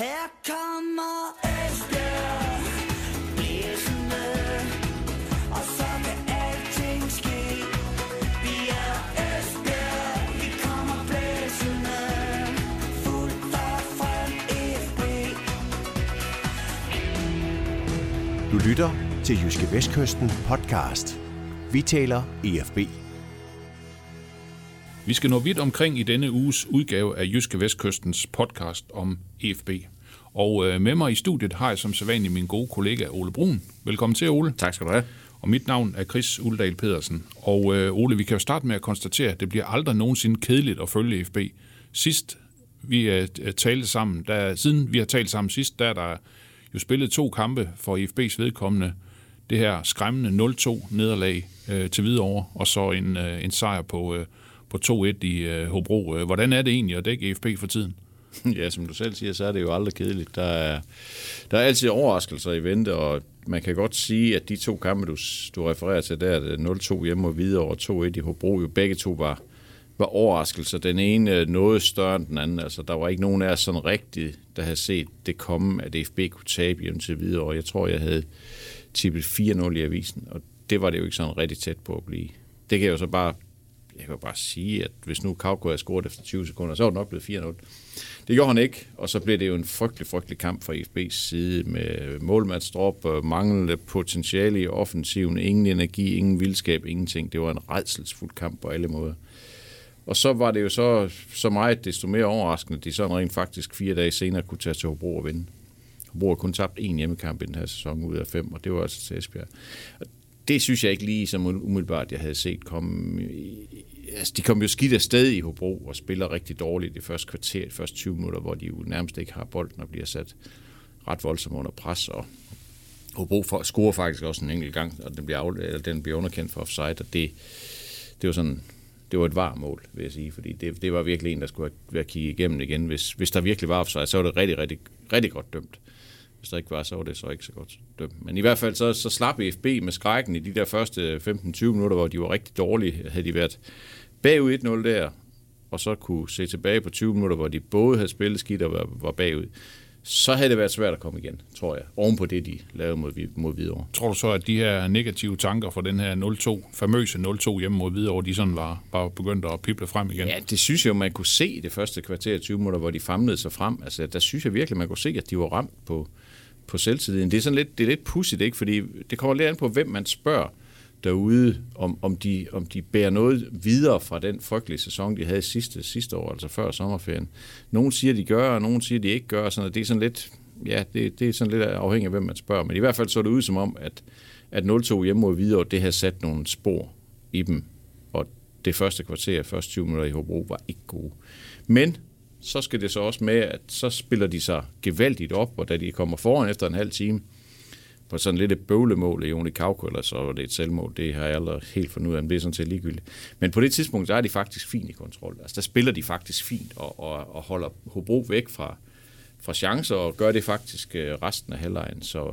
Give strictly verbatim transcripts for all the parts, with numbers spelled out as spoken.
Her kommer Esbjerg blæsende, og så kan alting ske. Vi er Esbjerg, vi kommer blæsende, fuldt og frem F B. Du lytter til Jyske Vestkysten podcast. Vi taler E F B. Vi skal nå vidt omkring i denne uges udgave af Jyske Vestkystens podcast om E F B. Og øh, med mig i studiet har jeg som sædvanlig min gode kollega Ole Brun. Velkommen til, Ole. Tak skal du have. Og mit navn er Chris Uldal Pedersen. Og øh, Ole, vi kan jo starte med at konstatere, at det bliver aldrig nogensinde kedeligt at følge E F B. Sidst vi øh, talte sammen, der, siden vi har talt sammen sidst, der er der jo spillet to kampe for E F B's vedkommende. Det her skræmmende nul to nederlag øh, til Hvidovre, og så en, øh, en sejr på... Øh, på to et i øh, Hobro. Hvordan er det egentlig at dække E F B for tiden? Ja, som du selv siger, så er det jo aldrig kedeligt. Der er, der er altid overraskelser i vente, og man kan godt sige, at de to kampe, du, du refererer til, der nul to hjemme og videre og to et i Hobro, jo begge to var, var overraskelser. Den ene noget større end den anden. Altså, der var ikke nogen af os sådan rigtigt, der havde set det komme, at E F B kunne tabe hjemme til videre. Jeg tror, jeg havde tippet fire nul i avisen, og det var det jo ikke sådan rigtig tæt på at blive. Det kan jeg jo så bare Jeg kan bare sige, at hvis nu Kauko havde scoret efter tyve sekunder, så var det nok blevet fire nul. Det gjorde han ikke, og så blev det jo en frygtelig, frygtelig kamp fra E F B's side med målmandsdrop, manglende potentiale i offensiven, ingen energi, ingen vildskab, ingenting. Det var en rædselsfuld kamp på alle måder. Og så var det jo så, så meget desto mere overraskende, at de sådan rent faktisk fire dage senere kunne tage til Hobro og vinde. Hobro har kun tabt én hjemmekamp i den her sæson ud af fem, og det var altså til Esbjerg. Det synes jeg ikke lige som umiddelbart, jeg havde set komme. Altså, de kom jo skidt afsted i Hobro og spiller rigtig dårligt i første kvarter, de første tyve minutter, hvor de jo nærmest ikke har bolden og bliver sat ret voldsomt under pres. Og Hobro for, scorer faktisk også en enkelt gang, og den bliver, af, eller den bliver underkendt for offside, og det, det var sådan, det var et varmål, vil jeg sige, fordi det, det var virkelig en, der skulle være kigget igennem igen. Hvis, hvis der virkelig var offside, så var det rigtig, rigtig, rigtig godt dømt. Hvis der ikke var, så var det så ikke så godt dømt. Men i hvert fald så, så slap E F B med skrækken i de der første femten til tyve minutter, hvor de var rigtig dårlige. Havde de været bagud et nul der, og så kunne se tilbage på tyve minutter, hvor de både havde spillet skidt og var, var bagud, så havde det været svært at komme igen, tror jeg, oven på det, de lavede mod, mod Hvidovre. Tror du så, at de her negative tanker fra den her nul to, famøse nul to hjemme mod Hvidovre, de sådan var, var begyndt at pible frem igen? Ja, det synes jeg jo, man kunne se i det første kvarter tyve minutter, hvor de famlede sig frem. Altså, der synes jeg virkelig, man kunne se, at de var ramt på på selvtilliden. Det er sådan lidt, det er lidt pudsigt, ikke? Fordi det kommer lidt an på, hvem man spørger derude, om, om, de, om de bærer noget videre fra den frygtelige sæson, de havde sidste, sidste år, altså før sommerferien. Nogle siger, de gør, og nogle siger, de ikke gør. Sådan, det er sådan lidt, ja, det, det er sådan lidt afhængigt af, hvem man spørger. Men i hvert fald så det ud som om, at, at nul to hjemme mod Hvidovre, det har sat nogle spor i dem. Og det første kvarter, første tyve minutter i Hobro, var ikke gode. Men så skal det så også med, at så spiller de sig gevaldigt op, og da de kommer foran efter en halv time, på sådan lidt et bøvlemål i Joni Kauko, eller så var det et selvmål, det har jeg aldrig helt fundet ud af, men det er sådan set ligegyldigt. Men på det tidspunkt, så er de faktisk fint i kontrol. Altså der spiller de faktisk fint, og, og, og holder Hobro væk fra, fra chancer, og gør det faktisk resten af halvlejen, så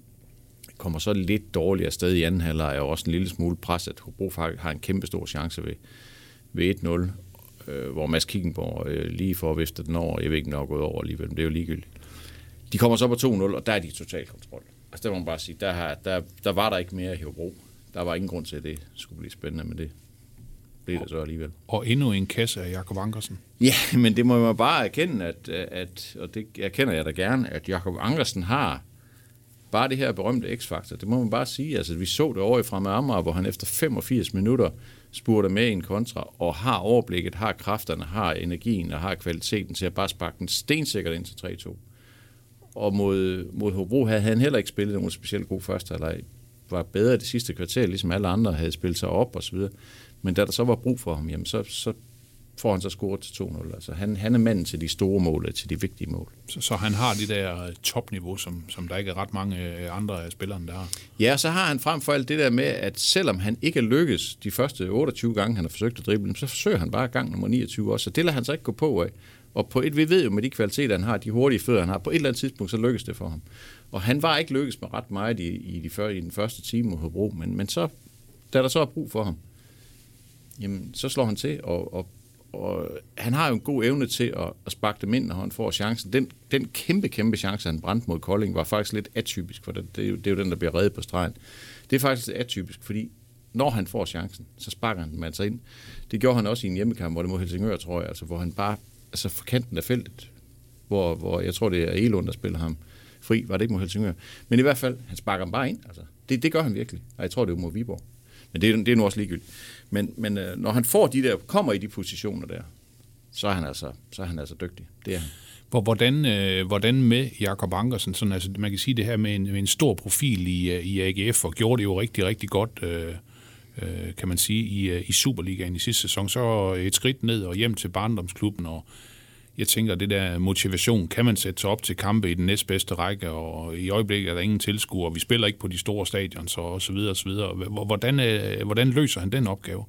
kommer så lidt dårligere sted i anden halvleg, og også en lille smule pres, at Hobro faktisk har en kæmpe stor chance ved, ved et nul, hvor Mads Kickenborg øh, lige får viftet den over. Jeg ved ikke, om den er gået over alligevel, men det er jo ligegyldigt. De kommer så på to nul, og der er de i total kontrol. Altså, der må man bare sige, der, har, der, der var der ikke mere i Hobro. Der var ingen grund til, at det skulle blive spændende, men det blev det så alligevel. Og endnu en kasse af Jakob Ankersen. Ja, men det må man bare erkende, at, at, og det erkender jeg da gerne, at Jakob Ankersen har bare det her berømte X-faktor. Det må man bare sige. Altså, vi så det over i fremme Amager, hvor han efter femogfirs minutter spurgte med i en kontra, og har overblikket, har kræfterne, har energien og har kvaliteten til at bare sparke den stensikkert ind til tre to. Og mod, mod Hobro havde han heller ikke spillet nogen specielt god første halvleg. Var bedre det sidste kvarter, ligesom alle andre havde spillet sig op og så videre. Men da der så var brug for ham, jamen så, så får han så scoret til to nul. Altså han, han er manden til de store mål, til de vigtige mål. Så, så han har det der topniveau, som, som der ikke er ret mange andre af spillerne, der har? Ja, så har han frem for alt det der med, at selvom han ikke er lykkes de første otteogtyve gange, han har forsøgt at drible, så forsøger han bare gang nummer niogtyve også. Så det lader han så ikke gå på af. Og på et, vi ved jo med de kvaliteter, han har, de hurtige fødder, han har, på et eller andet tidspunkt, så lykkes det for ham. Og han var ikke lykkes med ret meget i, i, de før, i den første time mod Hobro, men, men så, da der så er brug for ham, jamen, så slår han til, og, og og han har jo en god evne til at, at sparke dem ind, når han får chancen. Den, den kæmpe, kæmpe chance, han brændte mod Kolding, var faktisk lidt atypisk, for det, det, er jo, det er jo den, der bliver reddet på stregen. Det er faktisk lidt atypisk, fordi når han får chancen, så sparker han dem altså ind. Det gjorde han også i en hjemmekamp, hvor det mod Helsingør, tror jeg, altså, hvor han bare, altså for kanten af feltet, hvor, hvor jeg tror, det er Elund, der spiller ham fri, var det ikke mod Helsingør. Men i hvert fald, han sparker dem bare ind, altså. Det, det gør han virkelig, og jeg tror, det er mod Viborg. Men det er, det er nu også ligegyldigt. Men, men når han får de der, kommer i de positioner der, så er han altså, så er han altså dygtig. Det er han. Hvordan, øh, hvordan med Jakob Ankersen, sådan, altså, man kan sige det her med en, med en stor profil i, i A G F, og gjorde det jo rigtig, rigtig godt, øh, øh, kan man sige, i, i Superligaen i sidste sæson. Så et skridt ned og hjem til barndomsklubben, og jeg tænker, det der motivation, kan man sætte sig op til kampe i den næstbedste række, og i øjeblikket er der ingen tilskuere, vi spiller ikke på de store stadion, så og så videre, og så videre. Hvordan, øh, hvordan løser han den opgave?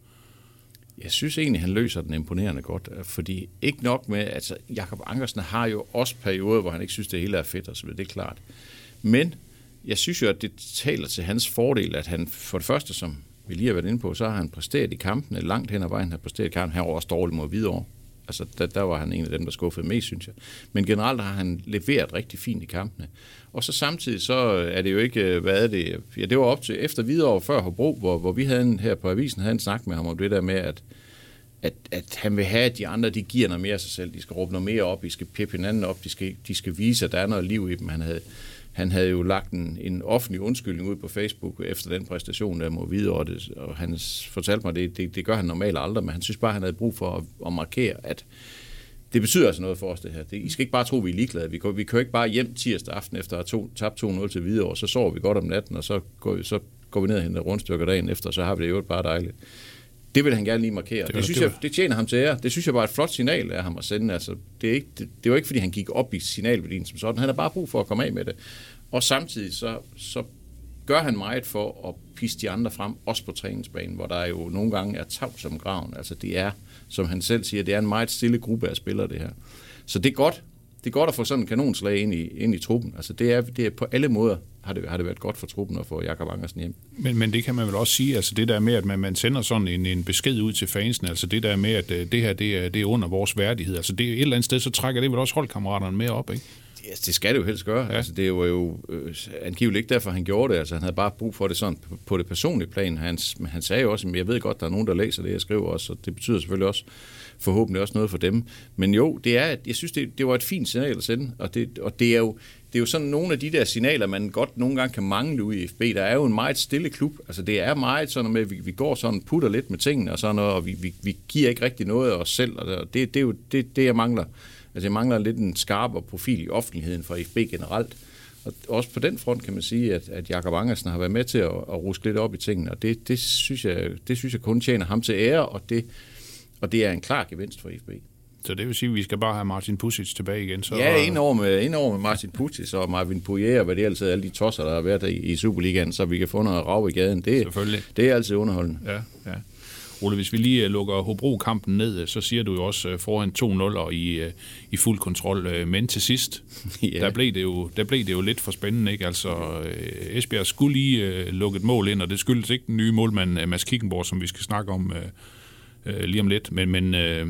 Jeg synes egentlig, han løser den imponerende godt, fordi ikke nok med, altså Jakob Ankersen har jo også perioder, hvor han ikke synes, det hele er fedt, og så videre, det er klart. Men jeg synes jo, at det taler til hans fordel, at han for det første, som vi lige har været inde på, så har han præsteret i kampene langt hen ad vejen, han har præsteret i kampen, han var også dårlig mod Hvidovre. Altså, der, der var han en af dem, der skuffede mest, synes jeg. Men generelt har han leveret rigtig fint i kampene. Og så samtidig, så er det jo ikke, hvad er det? Ja, det var op til efter Hvidovre før Hobro, hvor, hvor vi havde en, her på avisen havde en snak med ham om det der med, at, at, at han vil have, at de andre, de giver noget mere af sig selv. De skal råbe noget mere op, de skal pippe hinanden op, de skal, de skal vise, at der er noget liv i dem. Han havde, han havde jo lagt en, en offentlig undskyldning ud på Facebook efter den præstation der mod Hvidovre, det, og han fortalte mig, det, det, det gør han normalt aldrig, men han synes bare, han havde brug for at, at markere, at det betyder altså noget for os, det her. Det, I skal ikke bare tro, vi er ligeglade. Vi, vi kører ikke bare hjem tirsdag aften efter at have tabt to nul til Hvidovre, så sover vi godt om natten, og så går, så går vi ned og henter rundstykker dagen efter, og så har vi det jo bare dejligt. Det vil han gerne lige markere. Det, det synes det jeg, det tjener ham til ære. Det synes jeg bare er et flot signal af ham at sende. Altså, det, er ikke, det, det var ikke, fordi han gik op i signalværdien som sådan. Han har bare brug for at komme af med det. Og samtidig så, så gør han meget for at pisse de andre frem, også på træningsbanen, hvor der jo nogle gange er tavs som graven. Altså det er, som han selv siger, det er en meget stille gruppe af spillere, det her. Så det er godt. Det er godt at få sådan en kanonslag ind i, ind i truppen. Altså det er, det er på alle måder, har det, har det været godt for truppen at få Jakob Ankersen hjem. Men, men det kan man vel også sige, altså det der med, at man, man sender sådan en, en besked ud til fansene, altså det der med, at det her, det er, det er under vores værdighed. Altså det et eller andet sted, så trækker det vel også holdkammeraterne mere op, ikke? Ja, det skal det jo helst gøre. Ja. Altså, det var jo øh, angiveligt ikke derfor, han gjorde det. Altså, han havde bare brug for det sådan på, på det personlige plan. Han, han sagde jo også, at jeg ved godt, der er nogen, der læser det, jeg skriver også, og det betyder selvfølgelig også forhåbentlig også noget for dem. Men jo, det er, jeg synes, det, det var et fint signal at sende, og det, og det er jo det er jo sådan nogle af de der signaler, man godt nogle gange kan mangle ude i F B. Der er jo en meget stille klub. Altså, det er meget sådan med, at vi, vi går sådan putter lidt med tingene og sådan noget, og vi, vi, vi giver ikke rigtig noget af os selv, og det, det er jo det, det, jeg mangler. Altså, jeg mangler lidt en skarpere profil i offentligheden for F B generelt. Og også på den front kan man sige, at, at Jakob Ankersen har været med til at, at ruske lidt op i tingene, og det, det, synes jeg, det synes jeg kun tjener ham til ære, og det, og det er en klar gevinst for F B. Så det vil sige, at vi skal bare have Martin Pusic tilbage igen? Så... Ja, ind over med, ind over med Martin Pusic og Marvin Poirier, og hvad det er altid, alle de tosser, der har været i, i Superligaen, så vi kan få noget rav i gaden. Det, det er altid underholdende. Ja, ja. Ole, hvis vi lige lukker Hobro-kampen ned, så siger du jo også foran to nul og i, i fuld kontrol. Men til sidst, ja. der, blev det jo, der blev det jo lidt for spændende, ikke? Altså, Esbjerg skulle lige lukke et mål ind, og det skyldes ikke den nye målmand, Mads Kickenborg, som vi skal snakke om øh, lige om lidt. Men, men, øh,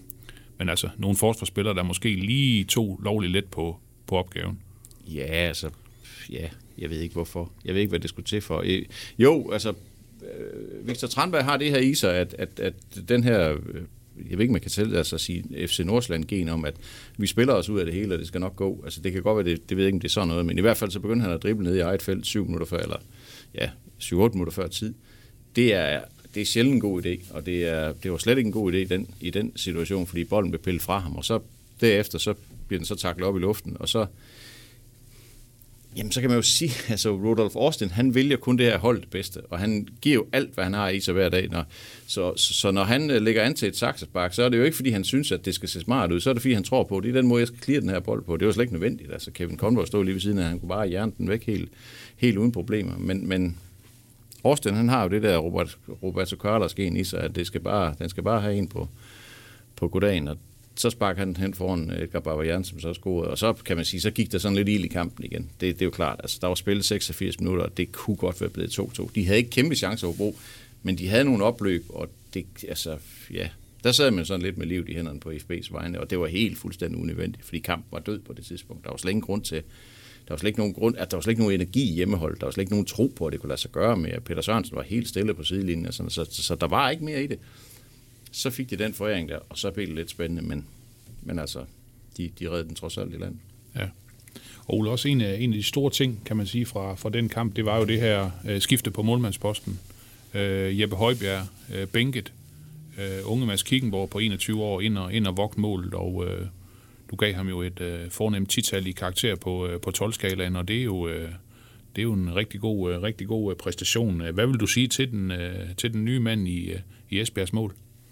men altså, nogle forsvarsspillere, der måske lige tog lovligt let på, på opgaven. Ja, altså, ja, jeg ved ikke hvorfor. Jeg ved ikke, hvad det skulle til for. Jo, altså, Victor Tranberg har det her i sig, at, at, at den her, jeg ved ikke, man kan tælle altså at sige F C Nordsjælland-gen om, at vi spiller os ud af det hele, og det skal nok gå. Altså det kan godt være, det, det ved jeg ikke, om det er sådan noget, men i hvert fald så begynder han at drible ned i eget felt syv minutter før, eller ja, syv otte minutter før tid. Det er, det er sjældent en god idé, og det, er, det var slet ikke en god idé i den, i den situation, fordi bolden blev pillet fra ham, og så derefter så bliver den så taklet op i luften, og så Jamen, så kan man jo sige, altså Rudolf Austin, han vælger kun det her hold det bedste, og han giver jo alt, hvad han har i sig hver dag. Når, så, så når han lægger an til et saksespark, så er det jo ikke, fordi han synes, at det skal se smart ud, så er det, fordi han tror på, det er den måde, jeg skal clear den her bold på. Det var slet ikke nødvendigt. Altså, Kevin Conroy stod lige ved siden af, han kunne bare hjerne den væk helt, helt uden problemer. Men, men Austin, han har jo det der Robert, Roberto Carlos-gen i sig, at det skal bare, den skal bare have en på, på goddagen, og så sparker han den hen foran Edgar Barbarian, som så scorede, og så kan man sige, så gik der sådan lidt ild i kampen igen. Det, det er jo klart, altså der var spillet seksogfirs minutter, og det kunne godt være blevet to to. De havde ikke kæmpe chancer at bruge, men de havde nogle opløb, og det, altså, ja, Der sad man sådan lidt med livet i hænderne på F B's vegne, og det var helt fuldstændig unødvendigt, fordi kampen var død på det tidspunkt. Der var slet ingen grund til, der var slet ikke nogen grund, at der var slet ikke nogen energi i hjemmeholdet. Der var slet ikke nogen tro på, at det kunne lade sig gøre med. Peter Sørensen var helt stille på sidelinjen, så, så, så, så der var ikke mere i det. Så fik de den foræring der, og så blev det lidt spændende, men, men altså, de, de redde den trods alt i land. Ja. Og Ole, også en af, en af de store ting, kan man sige, fra, fra den kamp, det var jo det her øh, skifte på målmandsposten. Øh, Jeppe Højbjerg, øh, bænket, øh, unge Mads Kickenborg på enogtyve år, ind og, ind og vogt målet, og øh, du gav ham jo et øh, fornemt tital i karakter på, øh, på tolv-skalaen, og det er jo, øh, det er jo en rigtig god, øh, rigtig god øh, præstation. Hvad vil du sige til den, øh, til den nye mand i, øh, i Esbjergs mål?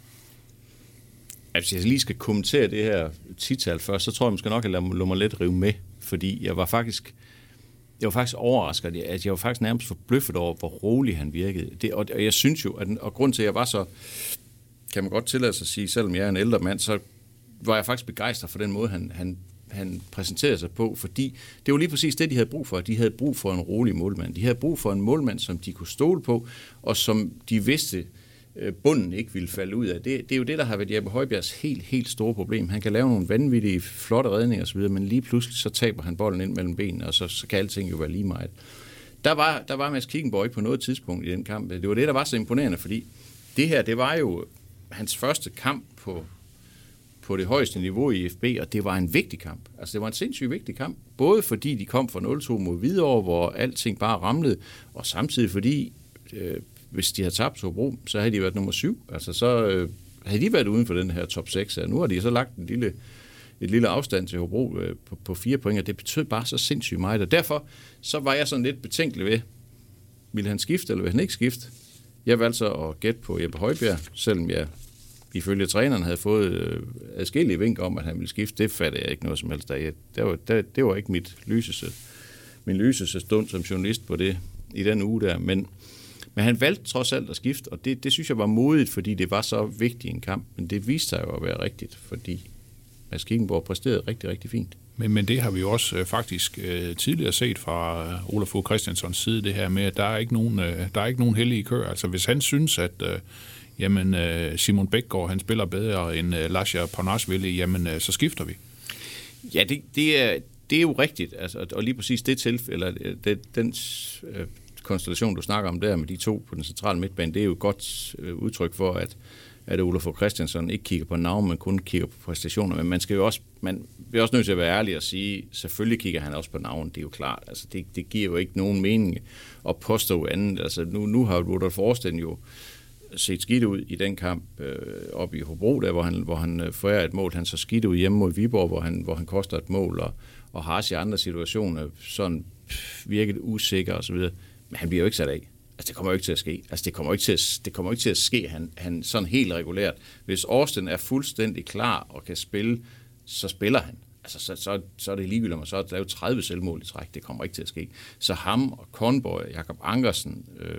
Hvis jeg lige skal kommentere det her tital først, så tror jeg måske nok, at jeg lader mig lidt rive med, fordi jeg var faktisk, jeg var faktisk overrasket, at jeg var faktisk nærmest forbløffet over, hvor rolig han virkede. Det, og, og jeg synes jo, at den, og grund til, at jeg var så, kan man godt tillade sig at sige, selvom jeg er en ældre mand, så var jeg faktisk begejstret for den måde, han, han, han præsenterede sig på, fordi det var lige præcis det, de havde brug for. De havde brug for en rolig målmand. De havde brug for en målmand, som de kunne stole på, og som de vidste, bunden ikke ville falde ud af. Det, det er jo det, der har været Jeppe Højbjergs helt, helt store problem. Han kan lave nogle vanvittige, flotte redninger osv., men lige pludselig så taber han bolden ind mellem benene, og så, så kan alting jo være lige meget. Der var, der var Mads Kickenborg på noget tidspunkt i den kamp. Det var det, der var så imponerende, fordi det her, det var jo hans første kamp på, på det højeste niveau i F B, og det var en vigtig kamp. Altså, det var en sindssygt vigtig kamp. Både fordi de kom fra nul to mod Hvidovre, hvor alting bare ramlede, og samtidig fordi øh, hvis de havde tabt Hobro, så havde de været nummer syv. Altså, så øh, havde de været uden for den her top seks. Nu har de så lagt en lille, et lille afstand til Hobro øh, på, på fire point, og det betød bare så sindssygt meget. Og derfor så var jeg sådan lidt betænkelig ved, ville han skifte, eller ville han ikke skifte? Jeg valgte så at gætte på Jeppe Højbjerg, selvom jeg ifølge træneren havde fået øh, adskillige vink om, at han ville skifte. Det fattede jeg ikke noget som helst af. Det var, det, det var ikke mit lyseste, min lyseste stund som journalist på det i den uge der, men Men han valgte trods alt at skifte, og det, det synes jeg var modigt, fordi det var så vigtig en kamp. Men det viste sig jo at være rigtigt, fordi Mads Kickenborg præsterede rigtig, rigtig fint. Men, men det har vi jo også øh, faktisk øh, tidligere set fra øh, Olaf Fogh Christiansons side, det her med, at der er ikke nogen, øh, der er ikke nogen hellige køer. Altså hvis han synes, at øh, jamen, øh, Simon Bækgaard, han spiller bedre end øh, Lascia Parnasvili, jamen øh, så skifter vi. Ja, det, det, er, det er jo rigtigt. Altså, og lige præcis det tilfælde, eller det, den øh, konstellation, du snakker om der med de to på den centrale midtbane, det er jo et godt øh, udtryk for, at, at Olaf Fogh Christiansen ikke kigger på navn, men kun kigger på præstationer. Men man skal jo også, man er også nødt til at være ærlig og sige, selvfølgelig kigger han også på navn, det er jo klart. Altså, det, det giver jo ikke nogen mening at påstå andet. Altså, nu, nu har Rudolf Forsten jo set skidt ud i den kamp øh, oppe i Hobro, der, hvor han, hvor han øh, forærer et mål. Han så skidt ud hjemme mod Viborg, hvor han, hvor han koster et mål, og, og har i andre situationer sådan virket usikker osv. Men han bliver jo ikke sat af. Altså, det kommer jo ikke til at ske. Altså, det kommer jo ikke til at, det kommer ikke til at ske, han, han sådan helt regulært. Hvis Austin er fuldstændig klar og kan spille, så spiller han. Altså, så, så, så er det ligegyldigt, om man så har lavet tredive selvmål i træk. Det kommer ikke til at ske. Så ham og Kornborg, Jakob Ankersen, øh,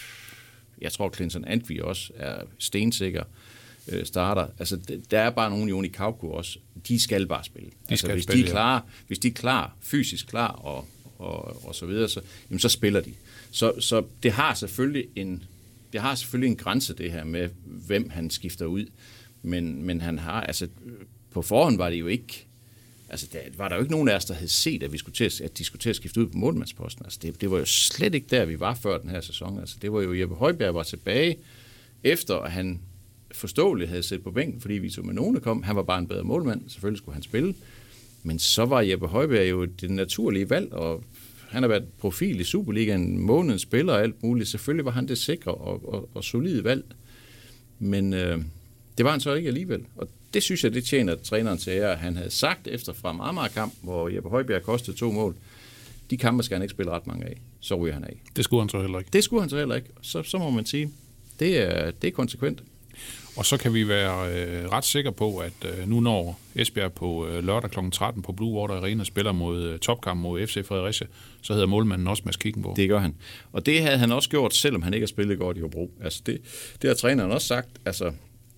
jeg tror, Clinton Antwi også er stensikker øh, starter. Altså, der er bare nogen, Joni Kauko også, de skal bare spille. De altså, skal hvis, spille, de er klar, ja. Hvis de er klar, fysisk klar og, og, og så videre, så, jamen, så spiller de. Så, så det har selvfølgelig en, det har selvfølgelig en grænse, det her med, hvem han skifter ud. Men, men han har, altså, på forhånd var det jo ikke, altså, der var der jo ikke nogen af os, der havde set, at vi skulle til at, at de skulle til at skifte ud på målmandsposten. Altså, det, det var jo slet ikke der, vi var før den her sæson. Altså, det var jo, Jeppe Højbjerg var tilbage, efter at han forståeligt havde set på bænken, fordi Vito Manone kom. Han var bare en bedre målmand, selvfølgelig skulle han spille. Men så var Jeppe Højbjerg jo det naturlige valg, og han har været profil i Superligaen, månedens spiller og alt muligt. Selvfølgelig var han det sikre og, og, og solide valg. Men øh, det var han så ikke alligevel. Og det synes jeg, det tjener træneren til ære. Han havde sagt efter fra Marmara-kamp, hvor Jeppe Højbjerg kostede to mål, de kampe skal han ikke spille ret mange af. Så ryger han af. Det skulle han så heller ikke. Det skulle han så heller ikke. Så, så må man sige, det er, det er konsekvent. Og så kan vi være øh, ret sikre på, at øh, nu når Esbjerg på øh, lørdag klokken tretten på Blue Water Arena spiller mod øh, topkamp mod F C Fredericia, så hedder målmanden også Mads Kickenborg. Det gør han. Og det havde han også gjort, selvom han ikke har spillet godt i Hobro. Altså det, det har træneren også sagt. Altså,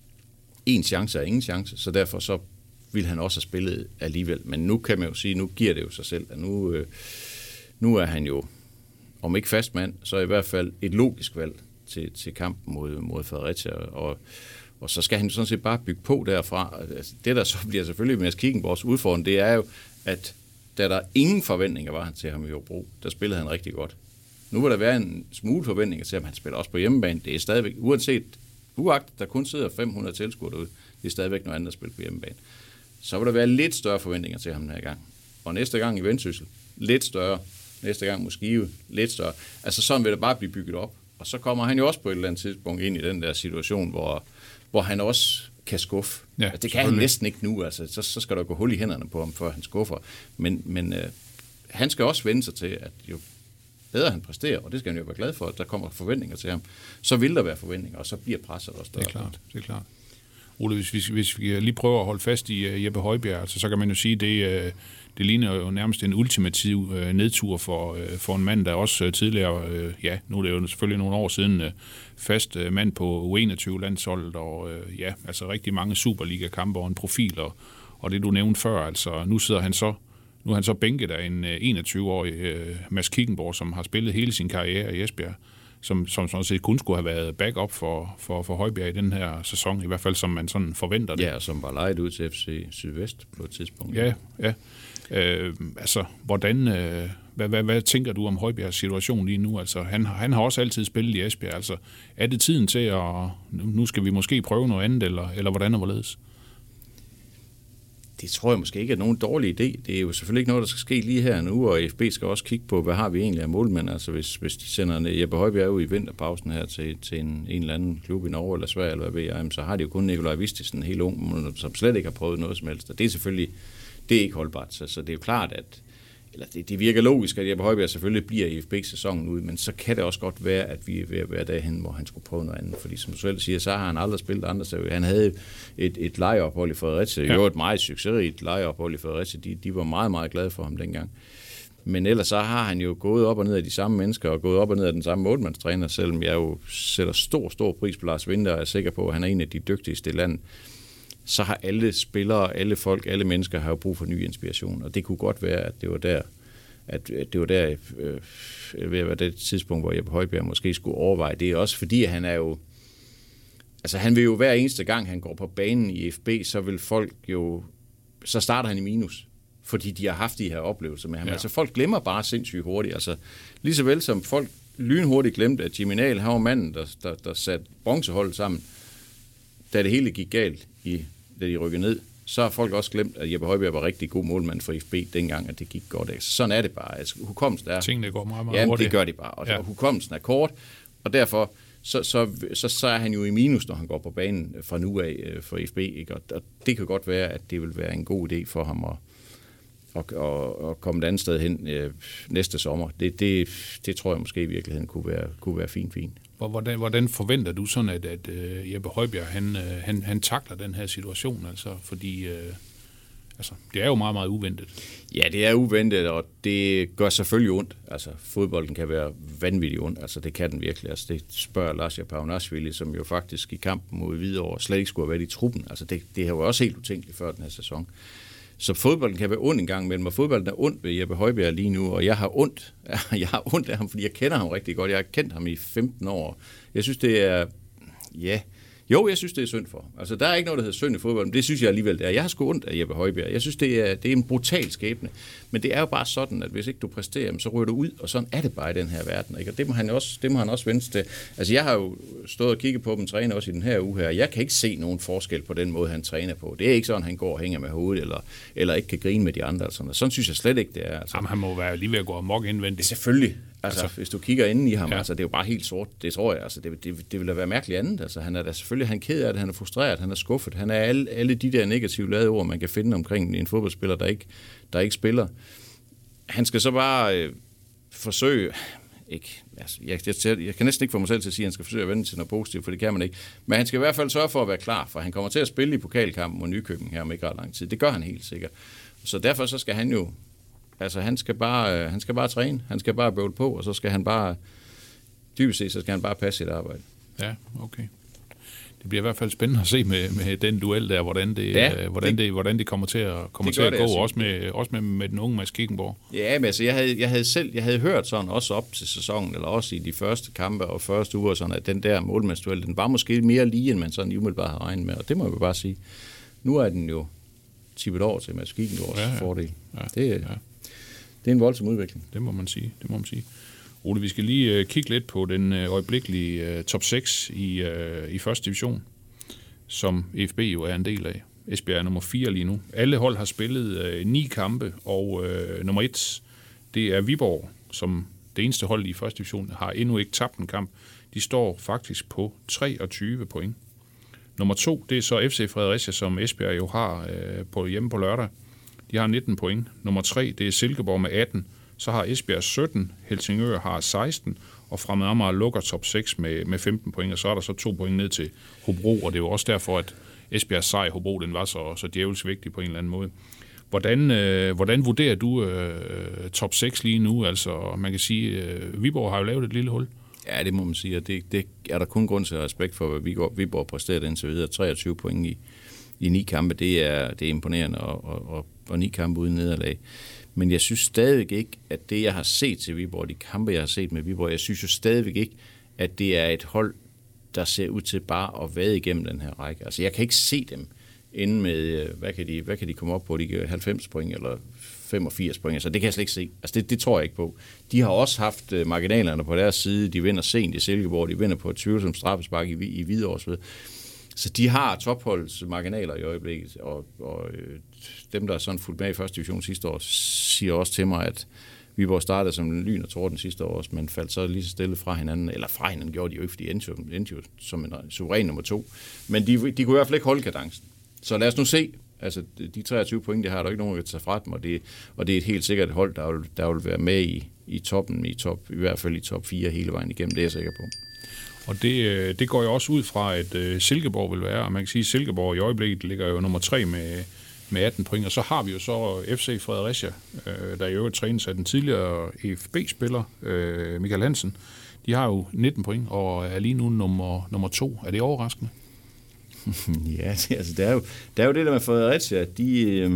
en chance er ingen chance, så derfor så vil han også have spillet alligevel. Men nu kan man jo sige, nu giver det jo sig selv, at nu, øh, nu er han jo, om ikke fast mand, så i hvert fald et logisk valg til, til kampen mod, mod Fredericia. Og Og så skal han sådan set bare bygge på derfra. Altså, det, der så bliver selvfølgelig Mads Kickenborgs udfordring, det er jo, at da der ingen forventninger var til ham i Hobro, der spillede han rigtig godt. Nu vil der være en smule forventninger til, at han spiller også på hjemmebane. Det er stadigvæk, uanset, uagtet der kun sidder fem hundrede tilskuere derude, det er stadigvæk noget andet at spille på hjemmebane. Så vil der være lidt større forventninger til ham den her gang. Og næste gang i Vendsyssel, lidt større. Næste gang mod Skive, lidt større. Altså sådan vil det bare blive bygget op. Og så kommer han jo også på et eller andet tidspunkt ind i den der situation, hvor, hvor han også kan skuffe. Ja, altså, det kan han næsten ikke nu. Altså, så, så skal der gå hul i hænderne på ham, før han skuffer. Men, men øh, han skal også vende sig til, at jo bedre han præsterer, og det skal han jo være glad for, at der kommer forventninger til ham, så vil der være forventninger, og så bliver presset også større. Det er klart, det er klart. Ole, hvis vi, hvis vi lige prøver at holde fast i uh, Jeppe Højbjerg, altså, så kan man jo sige, det, uh, det ligner jo nærmest en ultimativ uh, nedtur for, uh, for en mand, der også uh, tidligere, uh, ja, nu er det jo selvfølgelig nogle år siden, uh, fast uh, mand på U enogtyve-landsholdet, og uh, ja, altså rigtig mange Superliga-kampe og en profil, og, og det du nævnte før, altså nu sidder han så Nu er han så bænket af en enogtyve-årig uh, Mads Kickenborg, som har spillet hele sin karriere i Esbjerg, som, som sådan set kun skulle have været backup for, for, for Højbjerg i den her sæson, i hvert fald som man sådan forventer det. Ja, og som var lejet ud til F C Sydvest på et tidspunkt. Ja, ja. Øh, altså, hvordan, øh, hvad, hvad, hvad tænker du om Højbjergs situation lige nu? Altså, han, han har også altid spillet i Esbjerg. Altså, er det tiden til at, nu skal vi måske prøve noget andet, eller, eller hvordan og hvorledes? Det tror jeg måske ikke er nogen dårlig idé. Det er jo selvfølgelig ikke noget, der skal ske lige her nu, og F B skal også kigge på, hvad har vi egentlig af målmænd. Altså hvis, hvis de sender Jeppe Højbjerg ud i vinterpausen her til, til en, en eller anden klub i Norge eller Sverige, eller hvad ved jeg, så har de jo kun Nikolaj Vistisen, helt ung, som slet ikke har prøvet noget som helst. Og det er selvfølgelig det er ikke holdbart. Så, så det er jo klart, at eller det, det virker logisk, at Jeppe Højbjerg selvfølgelig bliver i F B-sæsonen ud, men så kan det også godt være, at vi er ved at være derhen, hvor han skulle prøve noget andet. Fordi som du selv siger, så har han aldrig spillet andre. Så han havde et, et lejeophold i Fredericia. Ja. Jo, et meget succesrigt lejeophold i Fredericia. De, de var meget, meget glade for ham dengang. Men ellers så har han jo gået op og ned af de samme mennesker, og gået op og ned af den samme målmandstræner, selvom jeg jo sætter stor, stor pris på Lars Winter, og er sikker på, at han er en af de dygtigste i landet. Så har alle spillere, alle folk, alle mennesker har jo brug for ny inspiration, og det kunne godt være, at det var der, at det var der øh, ved at være det tidspunkt, hvor Jeppe Højbjerg måske skulle overveje det, også fordi han er jo, altså han vil jo hver eneste gang, han går på banen i F B, så vil folk jo, så starter han i minus, fordi de har haft de her oplevelser med ham. Ja. Altså folk glemmer bare sindssygt hurtigt, altså lige så vel som folk lynhurtigt glemte, at Jimmy Nahl, han var manden, der, der, der satte bronzeholdet sammen, da det hele gik galt, i, da de rykkede ned, så har folk også glemt, at Jeppe Højbjerg var rigtig god målmand for F B dengang, at det gik godt af. Sådan er det bare. Altså, hukommelsen er... Tingene går meget, meget ja, hurtigt. det gør de bare. Og ja. Hukommelsen er kort, og derfor så, så, så, så er han jo i minus, når han går på banen fra nu af for F B. Ikke? Og, og det kan godt være, at det vil være en god idé for ham at, at, at, at komme et andet sted hen øh, næste sommer. Det, det, det tror jeg måske i virkeligheden kunne være, kunne være fint, fint. Hvordan, hvordan forventer du sådan, at, at uh, Jeppe Højbjerg, han, uh, han, han takler den her situation? Altså, fordi uh, altså, det er jo meget, meget uventet. Ja, det er uventet, og det gør selvfølgelig ondt. Altså, fodbolden kan være vanvittigt ondt. Altså, det kan den virkelig. Altså, det spørger Lasja Paunashvili, som jo faktisk i kampen mod Hvidovre slet ikke skulle have været i truppen. Altså, det, det har jo også helt utænkeligt før den her sæson. Så fodbolden kan være ond en gang imellem, og fodbolden er ondt ved Jeppe Højbjerg lige nu, og jeg har ondt, jeg har ondt af ham, fordi jeg kender ham rigtig godt. Jeg har kendt ham i femten år. Jeg synes, det er, ja, jo, jeg synes, det er synd for. Altså, der er ikke noget, der hedder synd i fodbold, men det synes jeg alligevel, det er. Jeg har sgu ondt af Jeppe Højbjerg. Jeg synes, det er, det er en brutal skæbne. Men det er jo bare sådan, at hvis ikke du præsterer, så ryger du ud, og sådan er det bare i den her verden. Ikke? Og det må han også, det må han også vende til. Altså, jeg har jo stået og kigget på dem træne også i den her uge her. Jeg kan ikke se nogen forskel på den måde, han træner på. Det er ikke sådan, han går og hænger med hovedet, eller, eller ikke kan grine med de andre. Sådan, sådan synes jeg slet ikke, det er. Altså. Jamen, han må være lige ved at gå amok indvendigt. Selvfølgelig. Altså, altså, hvis du kigger inden i ham, ja. altså, det er jo bare helt sort, det tror jeg. Altså, det, det, det vil da være mærkeligt andet. Altså, han er da selvfølgelig han er ked af det, han er frustreret, han er skuffet. Han er alle, alle de der negative lavede ord, man kan finde omkring en fodboldspiller, der ikke, der ikke spiller. Han skal så bare øh, forsøge... Ikke, altså, jeg, jeg, jeg kan næsten ikke få mig selv til at sige, at han skal forsøge at vende til noget positivt, for det kan man ikke. Men han skal i hvert fald sørge for at være klar, for han kommer til at spille i pokalkampen mod Nykøbing her om ikke ret lang tid. Det gør han helt sikkert. Så derfor så skal han jo... Altså, han skal bare, han skal bare træne, han skal bare bøvle på, og så skal han bare, dybest set, så skal han bare passe sit arbejde. Ja, okay. det bliver i hvert fald spændende at se med, med den duel der, hvordan det, ja, hvordan det, det, hvordan det kommer til at, kommer til at gå, også med, også med, med den unge Mads Kickenborg. Ja, men altså, jeg havde, jeg havde selv jeg havde hørt sådan, også op til sæsonen, eller også i de første kampe og første uger, sådan, at den der målmandsduel, den var måske mere lige, end man sådan umiddelbart havde regnet med, og det må jeg bare sige. Nu er den jo tippet over til Mads Kickenborgs ja, ja. fordel. Ja, det, ja. det er en voldsom udvikling. Det må man sige, det må man sige. Ole, vi skal lige uh, kigge lidt på den uh, øjeblikkelige uh, top seks i, uh, i første division, som E F B jo er en del af. Esbjerg er nummer fire lige nu. Alle hold har spillet uh, ni kampe, og uh, nummer et, det er Viborg, som det eneste hold i første division, har endnu ikke tabt en kamp. De står faktisk på treogtyve point. Nummer to, det er så F C Fredericia, som Esbjerg jo har uh, på, hjemme på lørdag. De har nitten point. Nummer tre, det er Silkeborg med atten. Så har Esbjerg sytten, Helsingør har seksten, og Fremad Amager lukker top seks med, med femten point, og så er der så to point ned til Hobro, og det er jo også derfor, at Esbjergs sejr i Hobro, den var så, så djævelsk vigtig på en eller anden måde. Hvordan, øh, hvordan vurderer du øh, top seks lige nu? Altså, man kan sige, øh, Viborg har jo lavet et lille hul. Ja, det må man sige, og det, det er der kun grund til respekt for, hvad Viborg, Viborg præsterede indtil videre. treogtyve point i, i ni kampe, det er, det er imponerende, og, og, og, og ni kampe uden nederlag. Men jeg synes stadigvæk ikke, at det, jeg har set til Viborg, de kampe, jeg har set med Viborg, jeg synes jo stadigvæk ikke, at det er et hold, der ser ud til bare at vade igennem den her række. Altså, jeg kan ikke se dem inde med, hvad kan de, hvad kan de komme op på? De kan halvfems point eller femogfirs point. Altså, det kan jeg slet ikke se. Altså, det, det tror jeg ikke på. De har også haft marginalerne på deres side. De vinder sent i Silkeborg. De vinder på et tvivlsomt straffespark i, i Hvidovre. Så de har topholds marginaler i øjeblikket, og, og øh, dem, der er sådan fulgt med i første division sidste år, siger også til mig, at Viborg startede som en lyn og torden sidste år, men faldt så lige så stille fra hinanden, eller fra hinanden gjorde de jo ikke, fordi de endte jo, endte jo som en suveræn nummer to. Men de, de kunne i hvert fald ikke holde kadencen. Så lad os nu se. Altså, de treogtyve point, det har der ikke nogen, der kan tage fra dem, og det, og det er et helt sikkert hold, der vil, der vil være med i, i toppen, i, top, i hvert fald i top fire hele vejen igennem, det er jeg sikker på. Og det, det går jo også ud fra, at uh, Silkeborg vil være, og man kan sige, at Silkeborg i øjeblikket ligger jo nummer tre med, med atten point, og så har vi jo så F C Fredericia, uh, der i øvrigt trænes af den tidligere E F B-spiller, uh, Michael Hansen. De har jo nitten point, og er lige nu nummer, nummer to. Er det overraskende? Ja, det, altså, der, er jo, der er jo det der med Fredericia, at, de, øh,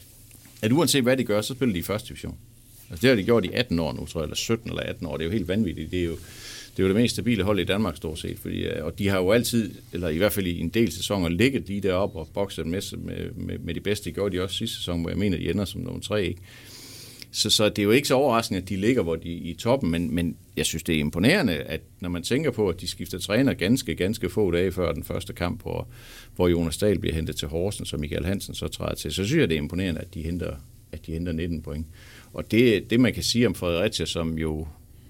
at uanset hvad de gør, så spiller de i første division. Altså det har de gjort i atten år nu, tror jeg, eller sytten eller atten år. Det er jo helt vanvittigt. Det er jo det, er jo det mest stabile hold i Danmark, stort set. Fordi, og de har jo altid, eller i hvert fald i en del sæsoner, ligget de deroppe og bokset med, med, med, med de bedste. Det gjorde de også sidste sæson, hvor jeg mener, de ender som nummer tre, ikke? Så, så det er jo ikke så overraskende, at de ligger hvor de i toppen, men, men jeg synes, det er imponerende, at når man tænker på, at de skifter træner ganske, ganske få dage før den første kamp, hvor, hvor Jonas Dahl bliver hentet til Horsens, og Michael Hansen så træder til, så synes jeg, det er imponerende, at de henter, at de henter nitten point. Og det, det, man kan sige om Fredericia, som jo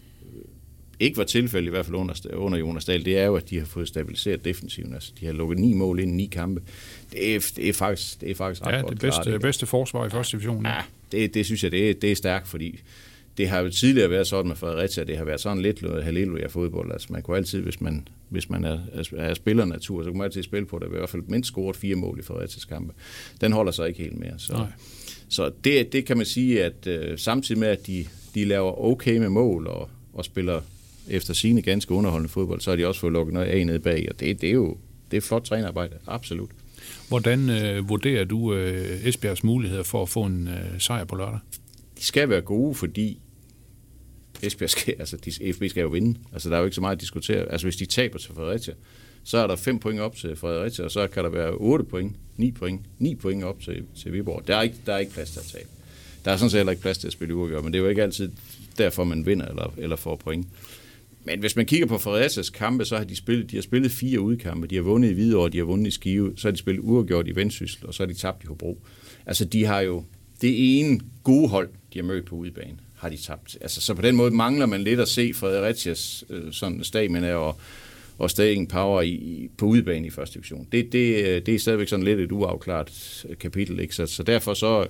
ikke var tilfældet, i hvert fald under, under Jonas Dahl, det er jo, at de har fået stabiliseret defensiven. Altså, de har lukket ni mål ind i ni kampe. Det er, det er faktisk, det er faktisk ret ja, godt. Ja, det bedste, klart, bedste forsvar i første division. Ja, det, det synes jeg, det er, det er stærkt, fordi det har jo tidligere været sådan med Fredericia, det har været sådan lidt halleluja-fodbold. Altså, man kunne altid, hvis man, hvis man er, er spillernatur, så kunne man altid spille på, der vil i hvert fald mindst scoret fire mål i Fredericias kampe. Den holder sig ikke helt mere. Så, så det, det kan man sige, at uh, samtidig med, at de, de laver okay med mål og, og spiller efter sine ganske underholdende fodbold, så har de også fået lukket noget af nede bag, og det, det er jo det er flot trænerarbejde, absolut. Hvordan øh, vurderer du øh, Esbjergs muligheder for at få en øh, sejr på lørdag? De skal være gode, fordi Esbjerg skal, altså de, F B skal jo vinde. Altså der er jo ikke så meget at diskutere. Altså hvis de taber til Fredericia, så er der fem point op til Fredericia, og så kan der være otte point, ni point, ni point op til, til Viborg. Der er, ikke, der er ikke plads til at tabe. Der er sådan set heller ikke plads til at spille uafgjort, men det er jo ikke altid derfor, man vinder eller, eller får point. Men hvis man kigger på Fredericias kampe, så har de spillet, de har spillet fire udkampe. De har vundet i Hvidovre, de har vundet i Skive, så har de spillet uafgjort i Vendsyssel, og så har de tabt i Hobro. Altså de har jo det ene gode hold, de har mødt på udebane, har de tabt. Altså så på den måde mangler man lidt at se Fredericias øh, sådan stamina og og staying power i, på udebane i første division. Det, det, det er stadigvæk sådan lidt et uafklart kapitel, ikke? Så, så derfor så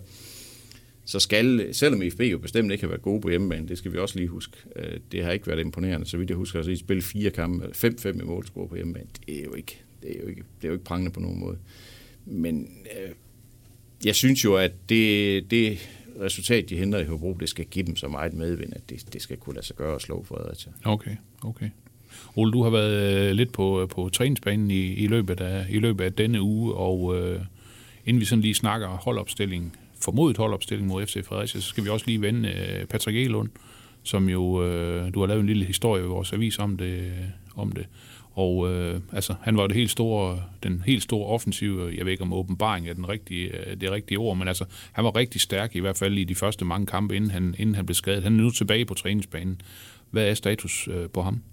så skal, selvom F B jo bestemt ikke har været gode på hjemmebane, det skal vi også lige huske, det har ikke været imponerende, så vidt jeg husker, at I spille fire kampe, fem fem i målscore på hjemmebane, det er jo ikke, det er jo ikke, det er jo ikke prangende på nogen måde. Men øh, jeg synes jo, at det, det resultat, de henter i Hobro, det skal give dem så meget medvind, at det, det skal kunne lade sig gøre at slå Fredericia. Okay, okay. Ole, du har været øh, lidt på, på træningsbanen i, i, løbet af, i løbet af denne uge, og øh, inden vi sådan lige snakker holdopstilling, formodet holdopstilling mod F C Fredericia, så skal vi også lige vende øh, Patrick Egelund, som jo, øh, du har lavet en lille historie i vores avis om det, om det. Og øh, altså, han var det helt store, den helt store offensive, jeg ved ikke om åbenbaring er den rigtige, det rigtige ord, men altså, han var rigtig stærk, i hvert fald i de første mange kampe, inden han, inden han blev skadet. Han er nu tilbage på træningsbanen. Hvad er status øh, på ham?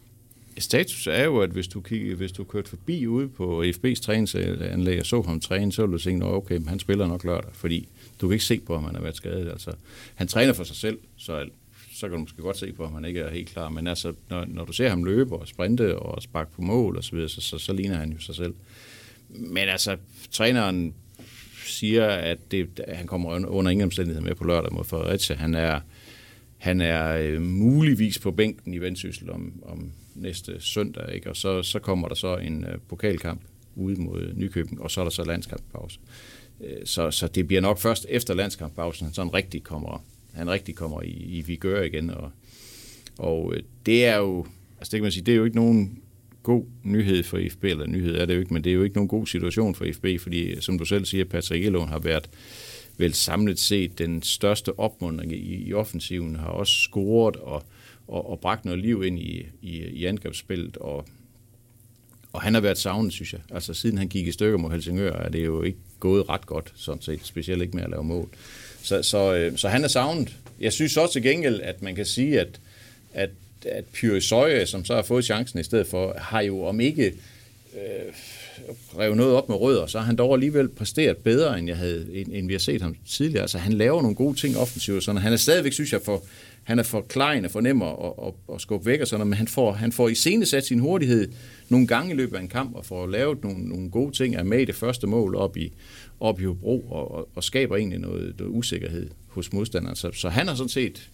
Status er jo, at hvis du, kigger, hvis du kørte forbi ude på F B's træningsanlæg og så ham træne, så ville du tænke, okay, han spiller nok lørdag, fordi du kan ikke se på, om han har været skadet. Altså, han træner for sig selv, så, så kan du måske godt se på, om han ikke er helt klar. Men altså, når, når du ser ham løbe og sprinte og sparke på mål og så videre, så, så, så ligner han jo sig selv. Men altså, træneren siger, at det, han kommer under ingen omstændighed med på lørdag mod Fredericia. Han er, han er øh, muligvis på bænken i Vendsyssel om, om næste søndag, ikke? Og så, så kommer der så en øh, pokalkamp ude mod Nykøbing, og så er der så landskampspause. Øh, så, så det bliver nok først efter landskampspausen, han sådan rigtig kommer, han rigtig kommer i, i vigør igen. Og, og øh, det er jo, altså det kan man sige, det er jo ikke nogen god nyhed for F B, eller nyhed er det jo ikke, men det er jo ikke nogen god situation for F B, fordi som du selv siger, Patrick Egelund har været vel samlet set den største opmuntring i, i offensiven, har også scoret og, og, og bragt noget liv ind i, i, i angrebsspillet, og, og han har været savnet, synes jeg. Altså siden han gik i stykker mod Helsingør, er det jo ikke gået ret godt, sådan set, specielt ikke med at lave mål. Så, så, så han er savnet. Jeg synes også til gengæld, at man kan sige, at, at, at Pyry Søje, som så har fået chancen i stedet for, har jo om ikke øh, revet noget op med rødder, så har han dog alligevel præsteret bedre, end, jeg havde, end, end vi har set ham tidligere. Altså han laver nogle gode ting offensivt, sådan han er stadigvæk, synes jeg, for, han er for klein og for nem at, at, at skubbe væk og sådan, men han får, han får iscenesat sin hurtighed nogle gange i løbet af en kamp, og får lavet nogle, nogle gode ting, er med i det første mål op i, op i Hobro, og, og, og skaber egentlig noget, noget usikkerhed hos modstanderen. Så, så han har sådan set,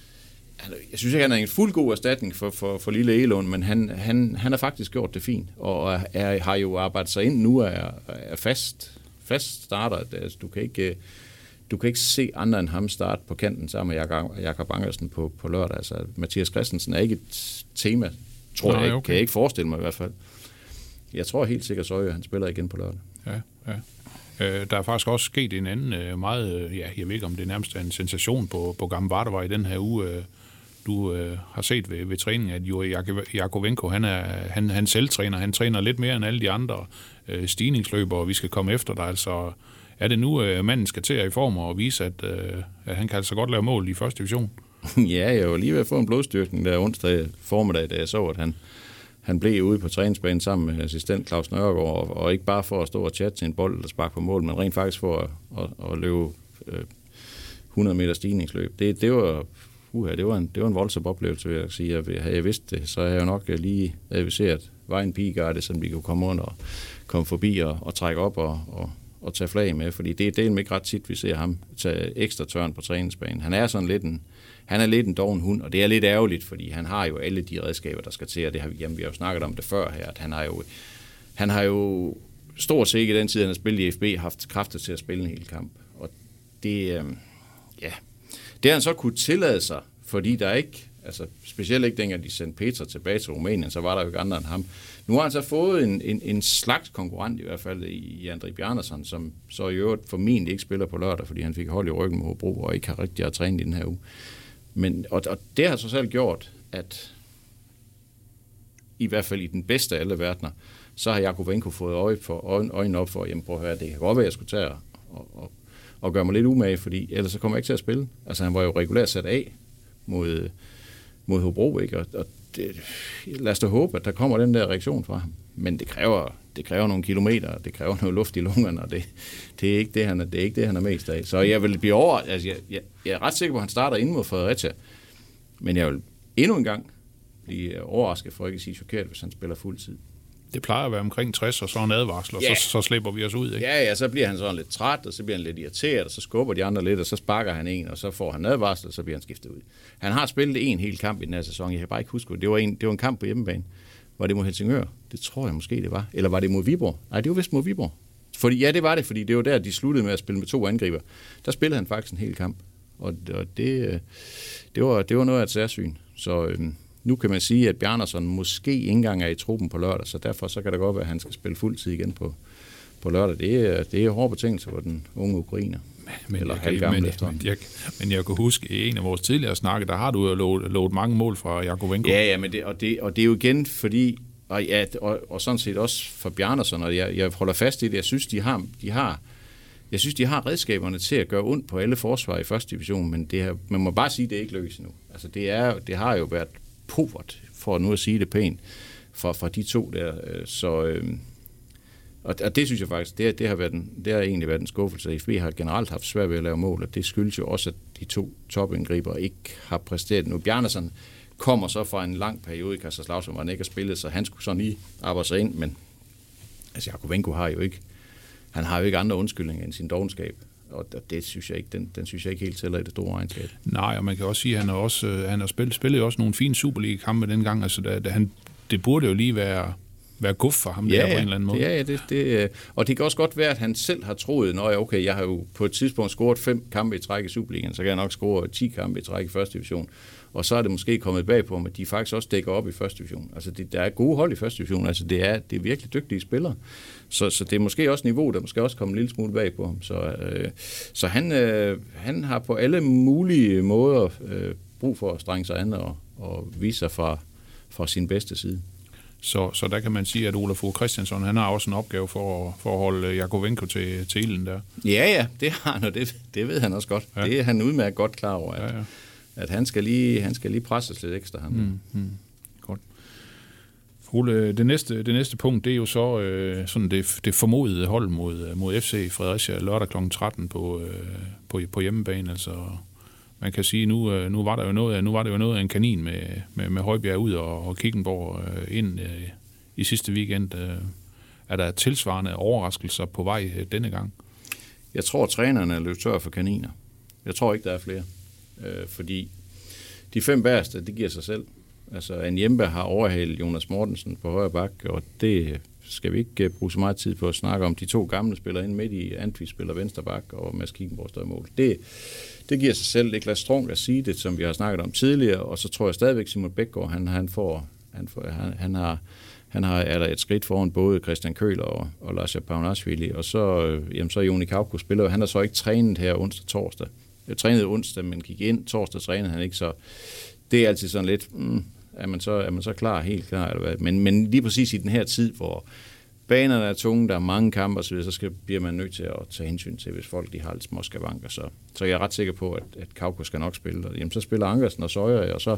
jeg synes ikke, han er en fuld god erstatning for, for, for lille Egelund, men han, han, han har faktisk gjort det fint, og er, har jo arbejdet sig ind nu, er, er fast, fast starter. Altså, du, kan ikke, du kan ikke se andre end ham starte på kanten sammen med Jakob Angersen på, på lørdag. Altså, Mathias Christensen er ikke et tema, tror Nej, jeg ikke. Okay. Kan jeg ikke forestille mig i hvert fald. Jeg tror helt sikkert, at han spiller igen på lørdag. Ja, ja. Øh, der er faktisk også sket en anden øh, meget, øh, ja, jeg ved ikke, om det nærmest er en sensation på, på Gammel Vardevej i den her uge. Øh, du øh, har set ved, ved træning, at Juri Jakovenko, han er han, han selvtræner. Han træner lidt mere end alle de andre øh, stigningsløbere, og vi skal komme efter dig. Altså, er det nu, øh, manden skal til at i form og vise, at, øh, at han kan altså godt lave mål i første division? Ja, jeg var lige ved at få en blodstyrkning der onsdag formiddag, da jeg så, at han Han blev ude på træningsbanen sammen med assistent Claus Nørgaard, og, og ikke bare for at stå og chatte til en bold eller sparke på mål, men rent faktisk for at, at, at løbe øh, hundrede meter stigningsløb. Det, det, var, uha, det, var en, det var en voldsom oplevelse, vil jeg sige. Havde jeg vidst det, så havde jeg jo nok lige adviseret vejen pigegarde, så vi kunne komme rundt og komme forbi og, og trække op og, og, og tage flag med, fordi det, det er ikke ret tit, vi ser ham tage ekstra tørn på træningsbanen. Han er sådan lidt en Han er lidt en doven hund, og det er lidt ærgerligt, fordi han har jo alle de redskaber, der skal til, og det har, jamen, vi har jo snakket om det før her, at han har jo, han har jo stort set ikke i den tid, han har spillet i F B, haft kræfter til at spille en hel kamp. Og det, øh, ja, det har han så kunne tillade sig, fordi der ikke, altså specielt ikke dengang de sendte Petra tilbage til Rumænien, så var der jo ikke andre end ham. Nu har han så fået en, en, en slags konkurrent i hvert fald i André Bjarnason, som så i øvrigt formentlig ikke spiller på lørdag, fordi han fik hold i ryggen med Hobro og ikke har rigtig at træne i den her uge. Men, og, og det har så selv gjort, at i hvert fald i den bedste af alle verdener, så har Jakovenko fået øje for, øjnene op for, jamen prøv at høre, det kan godt være, at jeg skulle tage og, og, og gøre mig lidt umage, fordi ellers så kommer jeg ikke til at spille. Altså han var jo regulært sat af mod, mod Hobro, ikke? Og, og det, lad os da håbe, at der kommer den der reaktion fra ham. Men det kræver, det kræver nogle kilometer, det kræver noget luft i lungerne, og det, det, er ikke det, han er, det er ikke det, han er mest af. Så jeg vil blive over, altså jeg, jeg, jeg er ret sikker på, at han starter ind mod Fredericia, men jeg vil endnu en gang blive overrasket, for ikke at sige chokeret, hvis han spiller fuld tid. Det plejer at være omkring tres, og så en advarsel, og yeah. så, så slipper vi os ud, ikke? Ja, ja, så bliver han sådan lidt træt, og så bliver han lidt irriteret, og så skubber de andre lidt, og så sparker han en, og så får han en advarsel, og så bliver han skiftet ud. Han har spillet en hel kamp i den her sæson, jeg kan bare ikke huske, det var en, det var en kamp på hjemmebane. Var det mod Helsingør? Det tror jeg måske, det var. Eller var det mod Viborg? Nej, det var vist mod Viborg. Fordi, ja, det var det, fordi det var der, de sluttede med at spille med to angriber. Der spillede han faktisk en hel kamp. Og, og det, det, var, det var noget af et særsyn. Så øhm, nu kan man sige, at Bjarnason måske ikke engang er i truppen på lørdag, så derfor så kan det godt være, at han skal spille fuld tid igen på, på lørdag. Det er, det er hårde betingelser for den unge ukrainer. Men, eller jeg, kan, men, men, jeg, men jeg kan huske, i en af vores tidligere snakke, der har du jo lovet, lovet mange mål fra Jakovenko. Ja, ja, men det, og, det, og det er jo igen, fordi, og, ja, og, og sådan set også for Bjarnason, og jeg, jeg holder fast i det, jeg synes, de har, de har Jeg synes, de har redskaberne til at gøre ondt på alle forsvar i første division, men det her, man må bare sige, at det er ikke lykkes endnu. Altså, det, er, det har jo været povert, for nu at sige det pænt, fra, fra de to der. Så, øh, og, og det synes jeg faktisk, det, det, har været en, det har egentlig været en skuffelse. F B har generelt haft svært ved at lave mål, og det skyldes jo også, at de to topindgribere ikke har præsteret nu. Bjarnason kommer så fra en lang periode i Kaiserslautern, hvor han ikke har spillet, så han skulle sådan lige arbejde sig ind, men altså, Jakovenko har jo ikke Han har jo ikke andre undskyldninger end sin dovenskab, og det synes jeg ikke, den, den synes jeg ikke helt tæller i det store regnskab. Nej, og man kan også sige, at han har også han har spillet, spillet jo også nogle fine Superliga-kampe dengang. Altså, da, da han, det burde jo lige være, være guf for ham, ja, der på en eller anden måde. Ja, ja, det, det, og det kan også godt være, at han selv har troet, når jeg, okay, jeg har jo på et tidspunkt scoret fem kampe i træk i Superligaen, så kan jeg nok score ti kampe i træk i første division. Og så er det måske kommet bag på ham, at de faktisk også dækker op i første division. Altså, det, der er gode hold i første division. Altså, det er, det er virkelig dygtige spillere. Så, så det er måske også niveau, der måske også kommet en lille smule bag på ham. Så, øh, så han, øh, han har på alle mulige måder øh, brug for at strenge sig an og, og vise sig fra, fra sin bedste side. Så, så der kan man sige, at Olaf Fogh Christiansson, han har også en opgave for, for at holde Jakovenko til, til ilden der. Ja, ja, det har han, og det, det ved han også godt. Ja. Det er han udmærket godt klar over, at, ja, ja. at han, skal lige, han skal lige presses lidt ekstra. Ham. Mm, mm. Godt. Ole, det næste, det næste punkt, det er jo så øh, sådan det, det formodede hold mod, mod F C Fredericia lørdag klokken tretten på, øh, på, på hjemmebane. Altså, man kan sige, nu, nu var der jo noget, nu var det jo noget af en kanin med, med, med Højbjerg ud og, og Kickenborg øh, ind øh, i sidste weekend. Øh, er der tilsvarende overraskelser på vej øh, denne gang? Jeg tror, at trænerne er løbet tør for kaniner. Jeg tror ikke, der er flere. Øh, fordi de fem bagerste, det giver sig selv. Altså, Anjemba har overhalet Jonas Mortensen på højre bak, og det skal vi ikke bruge så meget tid på at snakke om. De to gamle spillere inde midt i, Antvi spiller venstre bak, og Mads Kickenborg står i mål. Det, det giver sig selv. Niklas Strunk at sige det, som vi har snakket om tidligere, og så tror jeg stadigvæk, Simon Bækgaard, han, han får, han, får han, han har, han har er der et skridt foran både Christian Køhler og, og Lars Paunashvili, og så, øh, jamen, så Joni Kauko spiller, han har så ikke trænet her onsdag torsdag. Jeg trænede onsdag, men gik ind, torsdag trænede han ikke, så det er altid sådan lidt, mm, er, man så, er man så klar, helt klar, eller hvad? Men, men lige præcis i den her tid, hvor banerne er tunge, der er mange kampe og så videre, så skal, bliver man nødt til at tage hensyn til, hvis folk de har lidt små skavanker. Så, så jeg er ret sikker på, at, at Kauko skal nok spille. Og, jamen, så spiller Ankersen og Søjer, og så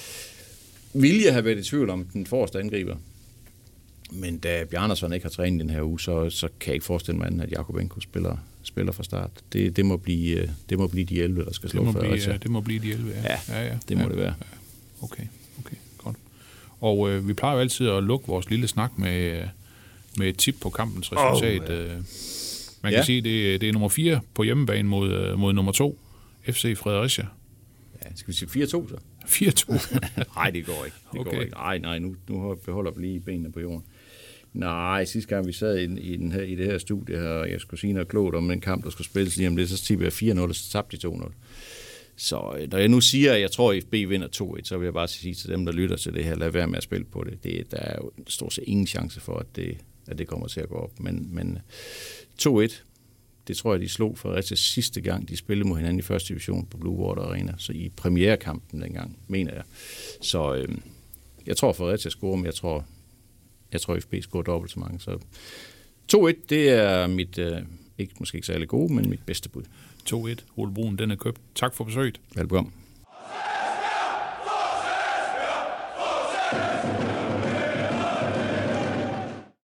vil jeg have været i tvivl om den forreste angriber. Men da Bjarnason ikke har trænet den her uge, så, så kan jeg ikke forestille mig, at Jakovenko spiller, spiller fra start. Det, det, må blive, det må blive de elleve, der skal slå for. Ja, det må blive de elleve, ja. Ja, ja, ja. det må ja, det være. Ja. Okay, okay, godt. Og øh, vi plejer jo altid at lukke vores lille snak med, med et tip på kampens resultat. Oh, ja. Man kan ja. sige, det, det er nummer fire på hjemmebane mod, mod nummer to, F C Fredericia. Ja, skal vi sige fire to så? fire to? Nej, det går ikke. Det okay. går ikke. Nej, nej, nu, nu beholder vi lige benene på jorden. Nej, sidste gang vi sad i, i, den her, i det her studie her, og jeg skulle sige noget klogt om den kamp, der skulle spilles lige om det, så tippede jeg fire nul, og så tabte de to nul. Så når jeg nu siger, at jeg tror, at F B vinder to et, så vil jeg bare sige til dem, der lytter til det her, lad være med at spille på det. det der er jo stort set ingen chance for, at det, at det kommer til at gå op. Men, men to et, det tror jeg, de slog Fredericia sidste gang, de spillede mod hinanden i første division på Blue Water Arena, så i premierekampen dengang, mener jeg. Så øh, jeg tror, Fredericia scorer, men jeg tror, jeg tror, F B scorer dobbelt så mange. Så to et, det er mit, øh, ikke, måske ikke særlig gode, men mit bedste bud. to et, Ole Brun, den er købt. Tak for besøget. Velbekomme.